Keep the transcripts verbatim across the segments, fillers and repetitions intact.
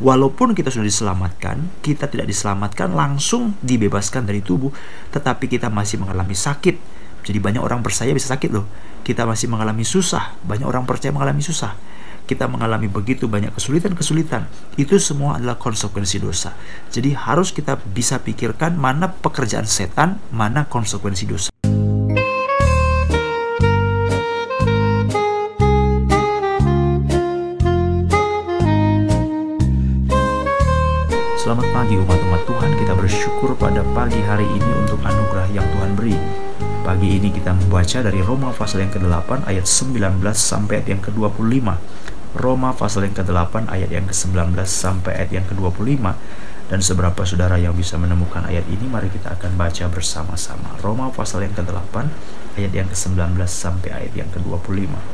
Walaupun kita sudah diselamatkan, kita tidak diselamatkan langsung dibebaskan dari tubuh, tetapi kita masih mengalami sakit. Jadi banyak orang percaya bisa sakit loh. Kita masih mengalami susah. Banyak orang percaya mengalami susah. Kita mengalami begitu banyak kesulitan-kesulitan. Itu semua adalah konsekuensi dosa. Jadi harus kita bisa pikirkan mana pekerjaan setan, mana konsekuensi dosa. Selamat pagi umat-umat Tuhan. Kita bersyukur pada pagi hari ini untuk anugerah yang Tuhan beri. Pagi ini kita membaca dari Roma pasal yang kedelapan ayat sembilan belas sampai ayat yang kedua puluh lima. Roma pasal yang kedelapan ayat yang kesembilan belas sampai ayat yang kedua puluh lima. Dan seberapa saudara yang bisa menemukan ayat ini, mari kita akan baca bersama-sama. Roma pasal yang kedelapan ayat yang kesembilan belas sampai ayat yang kedua puluh lima.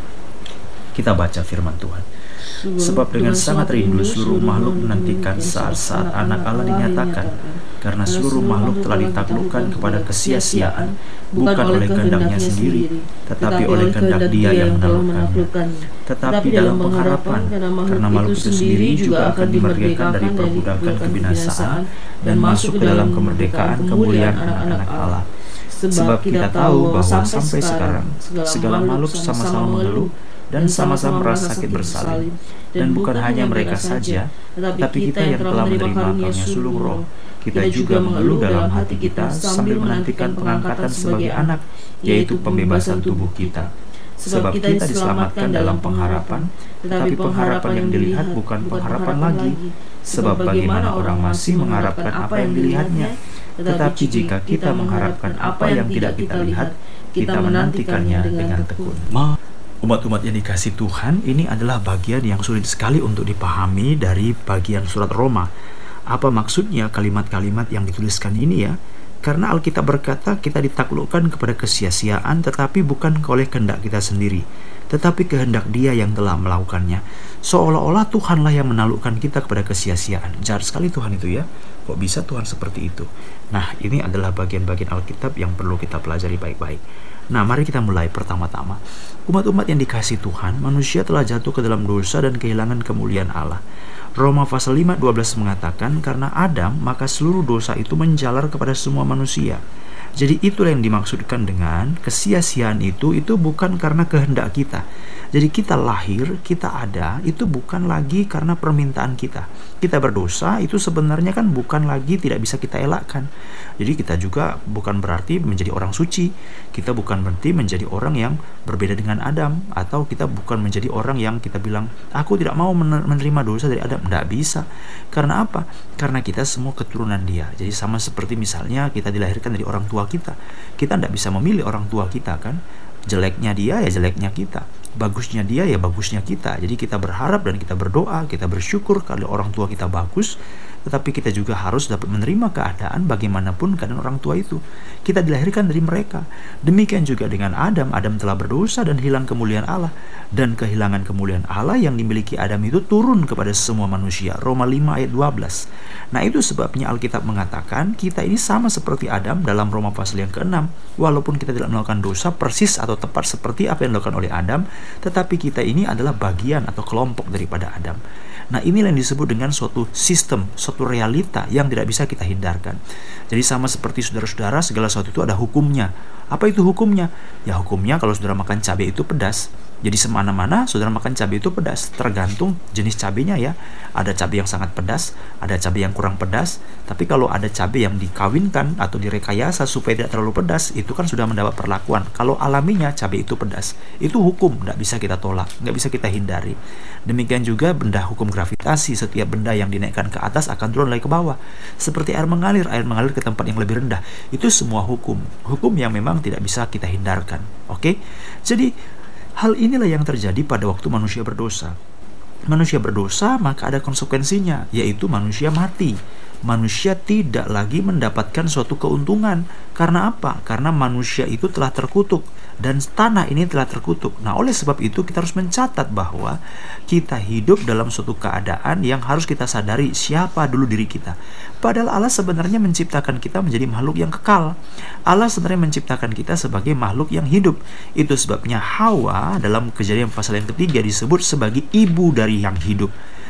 Kita baca firman Tuhan. Sebab dengan sangat rindu seluruh makhluk menantikan saat-saat anak Allah dinyatakan, karena seluruh makhluk telah ditaklukkan kepada kesia-siaan, bukan oleh kehendaknya sendiri, tetapi oleh kehendak Dia yang menaklukkannya. Tetapi dalam pengharapan, karena makhluk itu sendiri juga akan dimerdekakan dari perbudakan kebinasaan dan masuk ke dalam kemerdekaan kemuliaan anak-anak Allah. Sebab kita tahu bahwa sampai sekarang segala makhluk sama-sama mengeluh dan sama-sama merasa sakit bersalin. Dan bukan hanya mereka saja, tetapi kita yang telah menerima karunia sulung roh, kita juga mengeluh dalam hati kita sambil menantikan pengangkatan sebagai anak, yaitu pembebasan tubuh kita. Sebab kita diselamatkan dalam pengharapan, tetapi pengharapan yang dilihat bukan pengharapan lagi. Sebab bagaimana orang masih mengharapkan apa yang dilihatnya, tetapi jika kita mengharapkan apa yang tidak kita lihat, kita menantikannya dengan tekun. Umat-umat yang dikasihi Tuhan, ini adalah bagian yang sulit sekali untuk dipahami dari bagian surat Roma. Apa maksudnya kalimat-kalimat yang dituliskan ini ya? Karena Alkitab berkata kita ditaklukkan kepada kesia-siaan, tetapi bukan oleh kehendak kita sendiri, tetapi kehendak Dia yang telah melakukannya. Seolah-olah Tuhanlah yang menaklukkan kita kepada kesia-siaan. Jahat sekali Tuhan itu ya. Kok bisa Tuhan seperti itu? Nah, ini adalah bagian-bagian Alkitab yang perlu kita pelajari baik-baik. Nah, mari kita mulai pertama-tama. Umat-umat yang dikasihi Tuhan, manusia telah jatuh ke dalam dosa dan kehilangan kemuliaan Allah. Roma pasal lima dua belas mengatakan, karena Adam, maka seluruh dosa itu menjalar kepada semua manusia. Jadi itulah yang dimaksudkan dengan kesia-siaan itu, itu bukan karena kehendak kita. Jadi kita lahir, kita ada, itu bukan lagi karena permintaan kita. Kita berdosa, itu sebenarnya kan bukan lagi tidak bisa kita elakkan. Jadi kita juga bukan berarti menjadi orang suci. Kita bukan berarti menjadi orang yang berbeda dengan Adam. Atau kita bukan menjadi orang yang kita bilang, aku tidak mau menerima dosa dari Adam. Tidak bisa. Karena apa? Karena kita semua keturunan Dia. Jadi sama seperti misalnya kita dilahirkan dari orang tua kita. Kita tidak bisa memilih orang tua kita kan. Jeleknya dia ya jeleknya kita, bagusnya dia ya bagusnya kita. Jadi kita berharap dan kita berdoa, kita bersyukur kalau orang tua kita bagus. Tetapi kita juga harus dapat menerima keadaan bagaimanapun keadaan orang tua itu. Kita dilahirkan dari mereka. Demikian juga dengan Adam. Adam telah berdosa dan hilang kemuliaan Allah. Dan kehilangan kemuliaan Allah yang dimiliki Adam itu turun kepada semua manusia. Roma lima ayat dua belas. Nah, itu sebabnya Alkitab mengatakan kita ini sama seperti Adam dalam Roma pasal yang keenam. Walaupun kita tidak melakukan dosa persis atau tepat seperti apa yang dilakukan oleh Adam, tetapi kita ini adalah bagian atau kelompok daripada Adam. Nah, inilah yang disebut dengan suatu sistem, suatu realita yang tidak bisa kita hindarkan. Jadi sama seperti saudara-saudara, segala sesuatu itu ada hukumnya. Apa itu hukumnya? Ya hukumnya kalau saudara makan cabai itu pedas. Jadi semana-mana saudara makan cabai itu pedas, tergantung jenis cabainya ya. Ada cabai yang sangat pedas, ada cabai yang kurang pedas. Tapi kalau ada cabai yang dikawinkan atau direkayasa supaya tidak terlalu pedas, itu kan sudah mendapat perlakuan. Kalau alaminya cabai itu pedas, itu hukum, tidak bisa kita tolak, nggak bisa kita hindari. Demikian juga benda hukum gravitasi, setiap benda yang dinaikkan ke atas akan turun lagi ke bawah. Seperti air mengalir, air mengalir ke tempat yang lebih rendah. Itu semua hukum, hukum yang memang tidak bisa kita hindarkan. Oke, jadi hal inilah yang terjadi pada waktu manusia berdosa. Manusia berdosa, maka ada konsekuensinya, yaitu manusia mati. Manusia tidak lagi mendapatkan suatu keuntungan. Karena apa? Karena manusia itu telah terkutuk. Dan tanah ini telah terkutuk. Nah, oleh sebab itu kita harus mencatat bahwa kita hidup dalam suatu keadaan yang harus kita sadari siapa dulu diri kita. Padahal Allah sebenarnya menciptakan kita menjadi makhluk yang kekal. Allah sebenarnya menciptakan kita sebagai makhluk yang hidup. Itu sebabnya Hawa dalam Kejadian pasal yang ketiga disebut sebagai ibu dari yang hidup.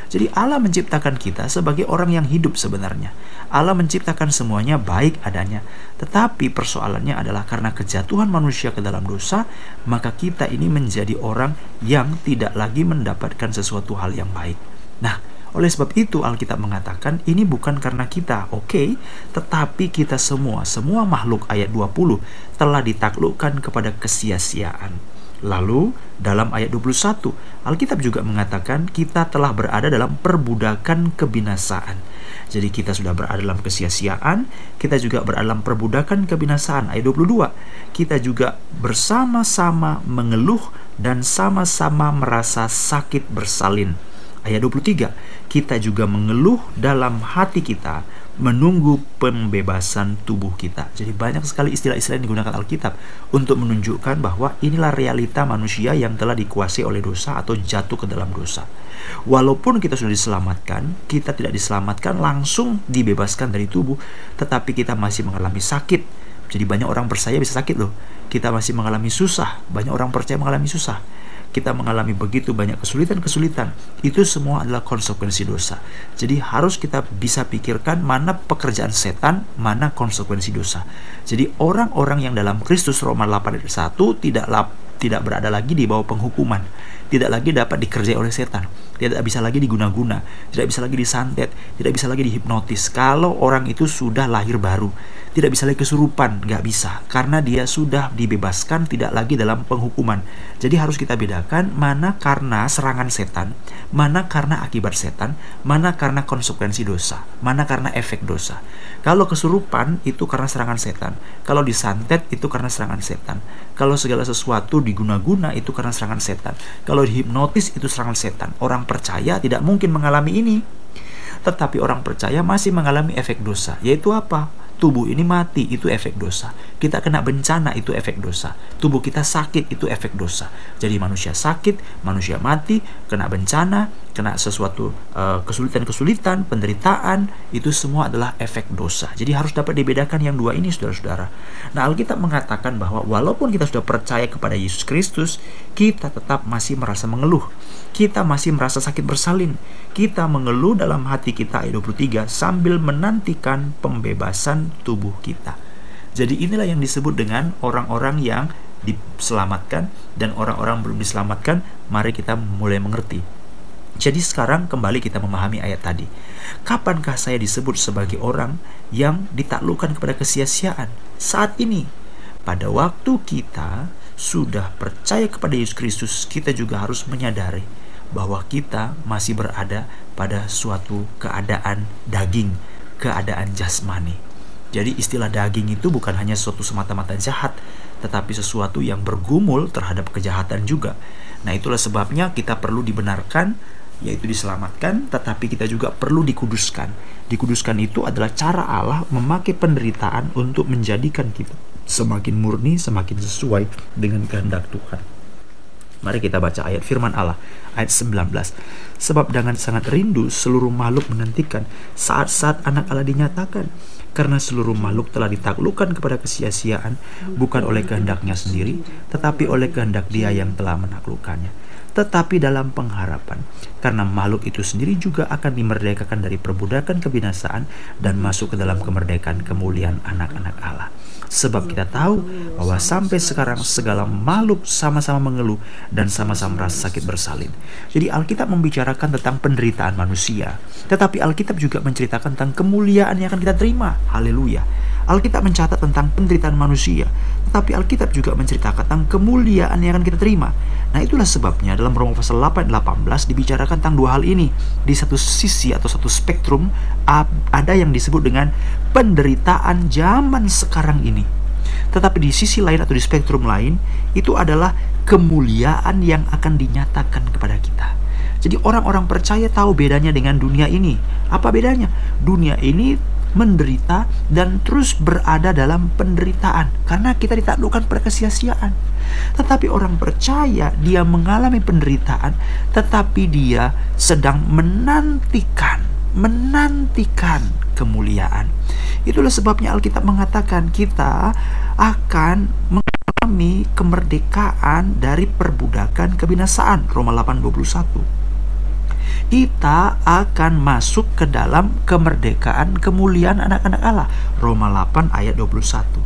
Jadi Allah menciptakan kita sebagai orang yang hidup sebenarnya. Allah menciptakan semuanya baik adanya. Tetapi persoalannya adalah karena kejatuhan manusia ke dalam dosa, maka kita ini menjadi orang yang tidak lagi mendapatkan sesuatu hal yang baik. Nah, oleh sebab itu Alkitab mengatakan ini bukan karena kita, oke, okay, tetapi kita semua, semua makhluk, ayat dua puluh, telah ditaklukkan kepada kesia-siaan. Lalu dalam ayat dua puluh satu, Alkitab juga mengatakan kita telah berada dalam perbudakan kebinasaan. Jadi kita sudah berada dalam kesia-siaan, kita juga berada dalam perbudakan kebinasaan. Ayat dua puluh dua, kita juga bersama-sama mengeluh dan sama-sama merasa sakit bersalin. Ayat dua puluh tiga, kita juga mengeluh dalam hati kita, menunggu pembebasan tubuh kita. Jadi banyak sekali istilah-istilah yang digunakan Alkitab untuk menunjukkan bahwa inilah realita manusia yang telah dikuasai oleh dosa atau jatuh ke dalam dosa. Walaupun kita sudah diselamatkan, kita tidak diselamatkan langsung dibebaskan dari tubuh, tetapi kita masih mengalami sakit. Jadi banyak orang percaya bisa sakit loh. Kita masih mengalami susah, banyak orang percaya mengalami susah. Kita mengalami begitu banyak kesulitan-kesulitan. Itu semua adalah konsekuensi dosa. Jadi harus kita bisa pikirkan mana pekerjaan setan, mana konsekuensi dosa. Jadi orang-orang yang dalam Kristus, Roma delapan ayat satu, tidak lap, tidak berada lagi di bawah penghukuman, tidak lagi dapat dikerjai oleh setan, tidak bisa lagi diguna-guna, tidak bisa lagi disantet, tidak bisa lagi dihipnotis. Kalau orang itu sudah lahir baru, tidak bisa lagi kesurupan, nggak bisa, karena dia sudah dibebaskan, tidak lagi dalam penghukuman. Jadi harus kita bedakan mana karena serangan setan, mana karena akibat setan, mana karena konsekuensi dosa, mana karena efek dosa. Kalau kesurupan itu karena serangan setan, kalau disantet itu karena serangan setan, kalau segala sesuatu diguna-guna itu karena serangan setan, kalau dihipnotis itu serangan setan. Orang percaya tidak mungkin mengalami ini, tetapi orang percaya masih mengalami efek dosa. Yaitu apa? Tubuh ini mati, itu efek dosa. Kita kena bencana, itu efek dosa. Tubuh kita sakit, itu efek dosa. Jadi manusia sakit, manusia mati, kena bencana, kena sesuatu uh, kesulitan-kesulitan, penderitaan, itu semua adalah efek dosa. Jadi harus dapat dibedakan yang dua ini, saudara-saudara. Nah, Alkitab mengatakan bahwa walaupun kita sudah percaya kepada Yesus Kristus, kita tetap masih merasa mengeluh. Kita masih merasa sakit bersalin. Kita mengeluh dalam hati kita, ayat dua puluh tiga, sambil menantikan pembebasan tubuh kita. Jadi inilah yang disebut dengan orang-orang yang diselamatkan dan orang-orang belum diselamatkan. Mari kita mulai mengerti. Jadi sekarang kembali kita memahami ayat tadi. Kapankah saya disebut sebagai orang yang ditaklukkan kepada kesia-siaan? Saat ini, pada waktu kita sudah percaya kepada Yesus Kristus, kita juga harus menyadari bahwa kita masih berada pada suatu keadaan daging, keadaan jasmani. Jadi istilah daging itu bukan hanya sesuatu semata-mata jahat, tetapi sesuatu yang bergumul terhadap kejahatan juga. Nah, itulah sebabnya kita perlu dibenarkan, yaitu diselamatkan, tetapi kita juga perlu dikuduskan. Dikuduskan itu adalah cara Allah memakai penderitaan untuk menjadikan kita semakin murni, semakin sesuai dengan kehendak Tuhan. Mari kita baca ayat firman Allah, ayat sembilan belas. Sebab dengan sangat rindu seluruh makhluk menantikan saat-saat anak Allah dinyatakan. Karena seluruh makhluk telah ditaklukkan kepada kesia-siaan, bukan oleh kehendaknya sendiri, tetapi oleh kehendak Dia yang telah menaklukkannya. Tetapi dalam pengharapan, karena makhluk itu sendiri juga akan dimerdekakan dari perbudakan kebinasaan dan masuk ke dalam kemerdekaan kemuliaan anak-anak Allah. Sebab kita tahu bahwa sampai sekarang segala makhluk sama-sama mengeluh dan sama-sama merasa sakit bersalin. Jadi Alkitab membicarakan tentang penderitaan manusia, tetapi Alkitab juga menceritakan tentang kemuliaan yang akan kita terima. Haleluya. Alkitab mencatat tentang penderitaan manusia, tetapi Alkitab juga menceritakan tentang kemuliaan yang akan kita terima. Nah, itulah sebabnya dalam Roma pasal delapan ayat delapan belas dibicarakan tentang dua hal ini. Di satu sisi atau satu spektrum ada yang disebut dengan penderitaan zaman sekarang ini. Tetapi di sisi lain atau di spektrum lain itu adalah kemuliaan yang akan dinyatakan kepada kita. Jadi orang-orang percaya tahu bedanya dengan dunia ini. Apa bedanya? Dunia ini menderita dan terus berada dalam penderitaan karena kita ditaklukkan pada kesia-siaan. Tetapi orang percaya dia mengalami penderitaan, tetapi dia sedang menantikan menantikan kemuliaan. Itulah sebabnya Alkitab mengatakan kita akan mengalami kemerdekaan dari perbudakan kebinasaan. Roma delapan dua puluh satu. Kita akan masuk ke dalam kemerdekaan, kemuliaan anak-anak Allah. Roma delapan ayat dua puluh satu.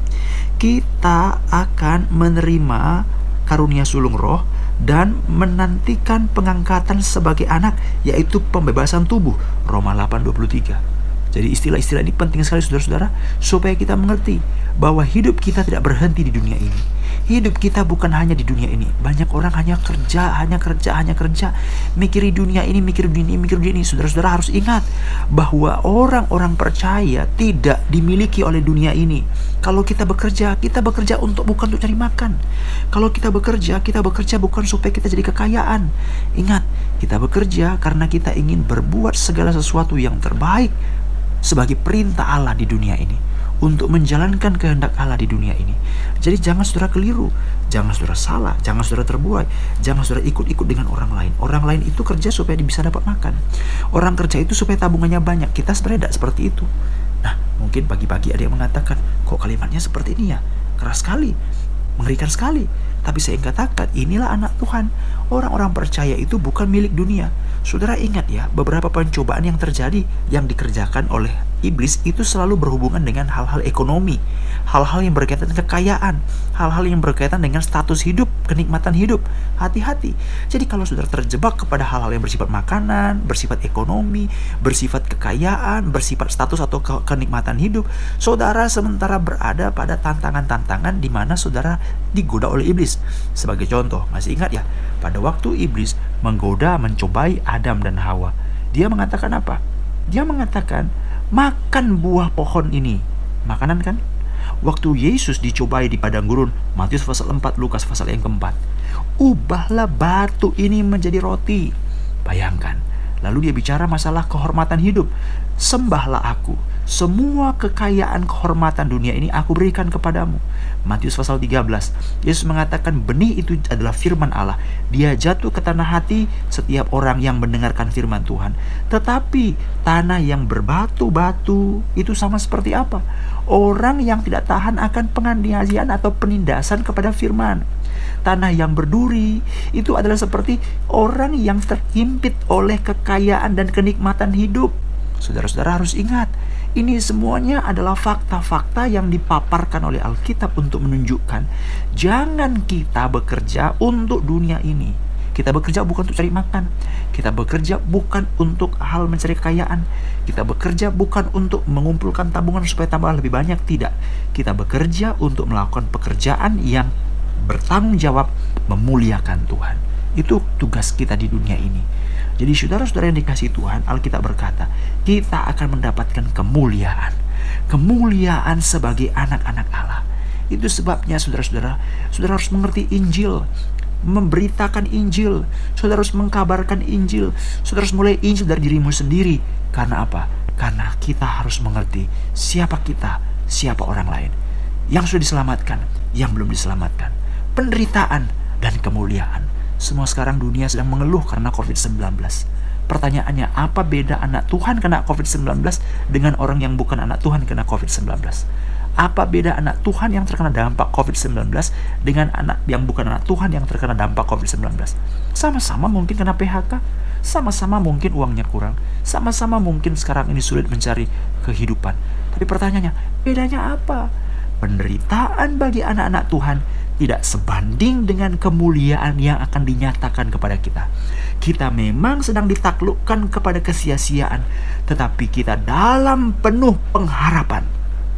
Kita akan menerima karunia sulung roh dan menantikan pengangkatan sebagai anak, yaitu pembebasan tubuh. Roma delapan dua puluh tiga. Jadi istilah-istilah ini penting sekali saudara-saudara, supaya kita mengerti bahwa hidup kita tidak berhenti di dunia ini. Hidup kita bukan hanya di dunia ini. Banyak orang hanya kerja, hanya kerja, hanya kerja, mikiri dunia ini, mikir dunia ini, mikir dunia ini. Saudara-saudara harus ingat bahwa orang-orang percaya tidak dimiliki oleh dunia ini. Kalau kita bekerja, kita bekerja untuk bukan untuk cari makan. Kalau kita bekerja, kita bekerja bukan supaya kita jadi kekayaan. Ingat, kita bekerja karena kita ingin berbuat segala sesuatu yang terbaik sebagai perintah Allah di dunia ini, untuk menjalankan kehendak Allah di dunia ini. Jadi jangan saudara keliru, jangan saudara salah, jangan saudara terbuai, jangan saudara ikut-ikut dengan orang lain. Orang lain itu kerja supaya bisa dapat makan. Orang kerja itu supaya tabungannya banyak. Kita sebenarnya tidak seperti itu. Nah, mungkin pagi-pagi ada yang mengatakan, kok kalimatnya seperti ini ya? Keras sekali, mengerikan sekali. Tapi saya katakan, inilah anak Tuhan. Orang-orang percaya itu bukan milik dunia. Saudara ingat ya, beberapa pencobaan yang terjadi, yang dikerjakan oleh iblis itu selalu berhubungan dengan hal-hal ekonomi, hal-hal yang berkaitan dengan kekayaan, hal-hal yang berkaitan dengan status hidup, kenikmatan hidup. Hati-hati. Jadi kalau saudara terjebak kepada hal-hal yang bersifat makanan, bersifat ekonomi, bersifat kekayaan, bersifat status atau ke kenikmatan hidup, saudara sementara berada pada tantangan-tantangan di mana saudara digoda oleh iblis. Sebagai contoh, masih ingat ya, pada waktu iblis menggoda, mencobai Adam dan Hawa, dia mengatakan apa? Dia mengatakan, makan buah pohon ini. Makanan kan? Waktu Yesus dicobai di padang gurun, Matius pasal empat, Lukas pasal yang keempat, ubahlah batu ini menjadi roti. Bayangkan. Lalu dia bicara masalah kehormatan hidup. Sembahlah aku, semua kekayaan kehormatan dunia ini aku berikan kepadamu. Matius pasal tiga belas. Yesus mengatakan benih itu adalah firman Allah. Dia jatuh ke tanah hati setiap orang yang mendengarkan firman Tuhan. Tetapi tanah yang berbatu-batu itu sama seperti apa? Orang yang tidak tahan akan penganiayaan atau penindasan kepada firman. Tanah yang berduri itu adalah seperti orang yang terhimpit oleh kekayaan dan kenikmatan hidup. Saudara-saudara harus ingat, ini semuanya adalah fakta-fakta yang dipaparkan oleh Alkitab untuk menunjukkan jangan kita bekerja untuk dunia ini. Kita bekerja bukan untuk cari makan. Kita bekerja bukan untuk hal mencari kekayaan. Kita bekerja bukan untuk mengumpulkan tabungan supaya tambah lebih banyak. Tidak. Kita bekerja untuk melakukan pekerjaan yang bertanggung jawab memuliakan Tuhan. Itu tugas kita di dunia ini. Jadi saudara-saudara yang dikasihi Tuhan, Alkitab berkata, kita akan mendapatkan kemuliaan. Kemuliaan sebagai anak-anak Allah. Itu sebabnya saudara-saudara, saudara harus mengerti Injil, memberitakan Injil, saudara harus mengkabarkan Injil, saudara harus mulai Injil dari dirimu sendiri. Karena apa? Karena kita harus mengerti siapa kita, siapa orang lain. Yang sudah diselamatkan, yang belum diselamatkan. Penderitaan dan kemuliaan. Semua sekarang dunia sedang mengeluh karena covid sembilan belas. Pertanyaannya, apa beda anak Tuhan kena covid sembilan belas dengan orang yang bukan anak Tuhan kena covid sembilan belas? Apa beda anak Tuhan yang terkena dampak covid sembilan belas dengan anak yang bukan anak Tuhan yang terkena dampak covid sembilan belas? Sama-sama mungkin kena P H K, sama-sama mungkin uangnya kurang, sama-sama mungkin sekarang ini sulit mencari kehidupan. Tapi pertanyaannya, bedanya apa? Penderitaan bagi anak-anak Tuhan tidak sebanding dengan kemuliaan yang akan dinyatakan kepada kita. Kita memang sedang ditaklukkan kepada kesia-siaan, tetapi kita dalam penuh pengharapan.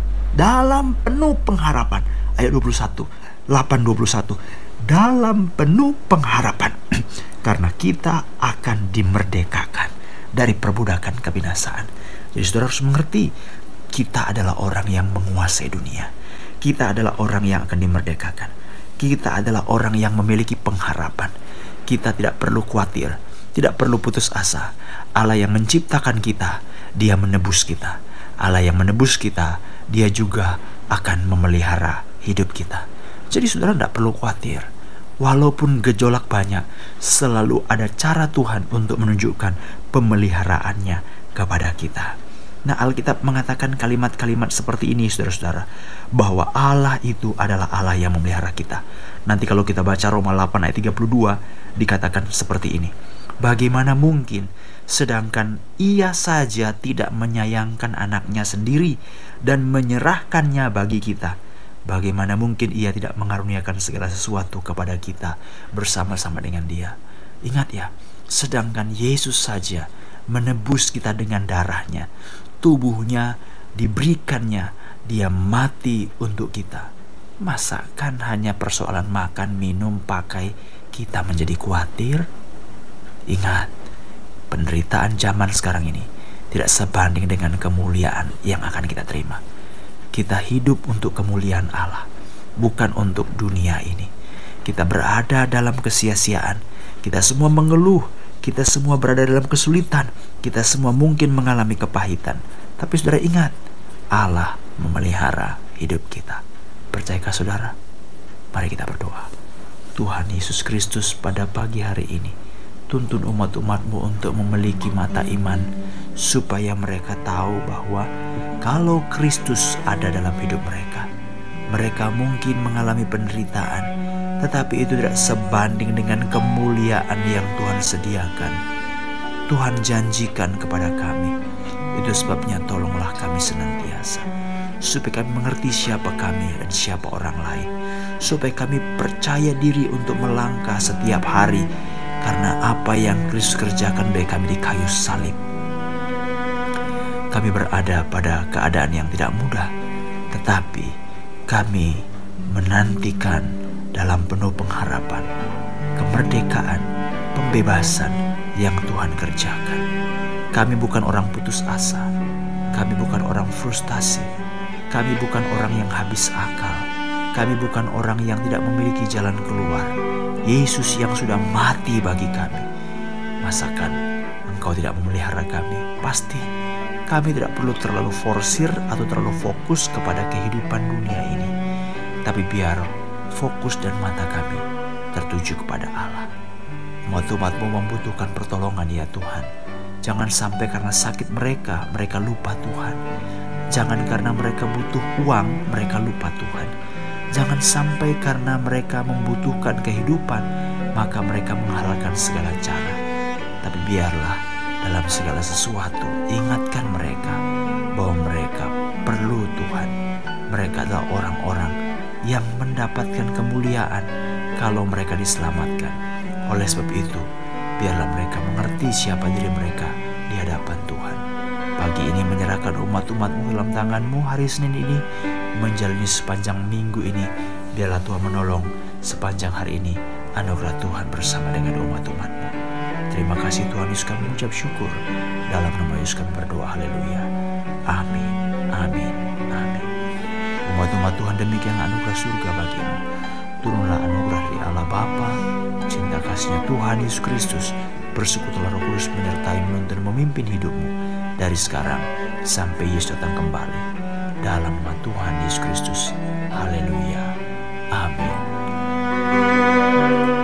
Dalam penuh pengharapan. Ayat dua puluh satu, delapan dua puluh satu. Dalam penuh pengharapan. Karena kita akan dimerdekakan dari perbudakan kebinasaan. Jadi saudara harus mengerti, kita adalah orang yang menguasai dunia. Kita adalah orang yang akan dimerdekakan. Kita adalah orang yang memiliki pengharapan. Kita tidak perlu khawatir, tidak perlu putus asa. Allah yang menciptakan kita, Dia menebus kita. Allah yang menebus kita, Dia juga akan memelihara hidup kita. Jadi saudara tidak perlu khawatir. Walaupun gejolak banyak, selalu ada cara Tuhan untuk menunjukkan pemeliharaannya kepada kita. Nah, Alkitab mengatakan kalimat-kalimat seperti ini, saudara-saudara, bahwa Allah itu adalah Allah yang memelihara kita. Nanti kalau kita baca Roma delapan ayat tiga puluh dua, dikatakan seperti ini. Bagaimana mungkin sedangkan ia saja tidak menyayangkan anaknya sendiri dan menyerahkannya bagi kita? Bagaimana mungkin ia tidak mengaruniakan segala sesuatu kepada kita bersama-sama dengan dia? Ingat ya, sedangkan Yesus saja menebus kita dengan darahnya, tubuhnya diberikannya, dia mati untuk kita. Masakan hanya persoalan makan, minum, pakai kita menjadi khawatir? Ingat, penderitaan zaman sekarang ini tidak sebanding dengan kemuliaan yang akan kita terima. Kita hidup untuk kemuliaan Allah, bukan untuk dunia ini. Kita berada dalam kesia-siaan, kita semua mengeluh, kita semua berada dalam kesulitan, kita semua mungkin mengalami kepahitan. Tapi saudara ingat, Allah memelihara hidup kita. Percayakah saudara? Mari kita berdoa. Tuhan Yesus Kristus, pada pagi hari ini tuntun umat-umat-Mu untuk memiliki mata iman, supaya mereka tahu bahwa kalau Kristus ada dalam hidup mereka, mereka mungkin mengalami penderitaan, tetapi itu tidak sebanding dengan kemuliaan yang Tuhan sediakan. Tuhan janjikan kepada kami. Itu sebabnya tolonglah kami senantiasa, supaya kami mengerti siapa kami dan siapa orang lain, supaya kami percaya diri untuk melangkah setiap hari, karena apa yang Kristus kerjakan bagi kami di kayu salib. Kami berada pada keadaan yang tidak mudah, tetapi kami menantikan dalam penuh pengharapan kemerdekaan, pembebasan yang Tuhan kerjakan. Kami bukan orang putus asa, kami bukan orang frustasi, kami bukan orang yang habis akal, kami bukan orang yang tidak memiliki jalan keluar. Yesus yang sudah mati bagi kami. Masakan Engkau tidak memelihara kami? Pasti kami tidak perlu terlalu forsir atau terlalu fokus kepada kehidupan dunia ini, tapi biar fokus dan mata kami tertuju kepada Allah. Umat-umat-Mu membutuhkan pertolongan ya Tuhan. Jangan sampai karena sakit mereka, mereka lupa Tuhan. Jangan karena mereka butuh uang, mereka lupa Tuhan. Jangan sampai karena mereka membutuhkan kehidupan, maka mereka menghalalkan segala cara. Tapi biarlah dalam segala sesuatu, ingatkan mereka bahwa mereka perlu Tuhan. Mereka adalah orang-orang yang mendapatkan kemuliaan kalau mereka diselamatkan. Oleh sebab itu, biarlah mereka mengerti siapa diri mereka di hadapan Tuhan. Pagi ini menyerahkan umat-umat-Mu dalam tangan-Mu hari Senin ini, menjalani sepanjang minggu ini. Biarlah Tuhan menolong sepanjang hari ini. Anugerah Tuhan bersama dengan umat-umat-Mu. Terima kasih Tuhan Yesus, kami mengucap syukur. Dalam nama Yesus kami berdoa, haleluya. Amin, amin, amin. Umat-umat Tuhan, demikian anugerah surga bagimu. Turunlah anugerah dari Allah Bapa, cinta kasihnya Tuhan Yesus Kristus, persekutuan Roh Kudus menyertai, menuntun, memimpin hidupmu dari sekarang sampai Yesus datang kembali. Dalam nama Tuhan Yesus Kristus, haleluya, amin.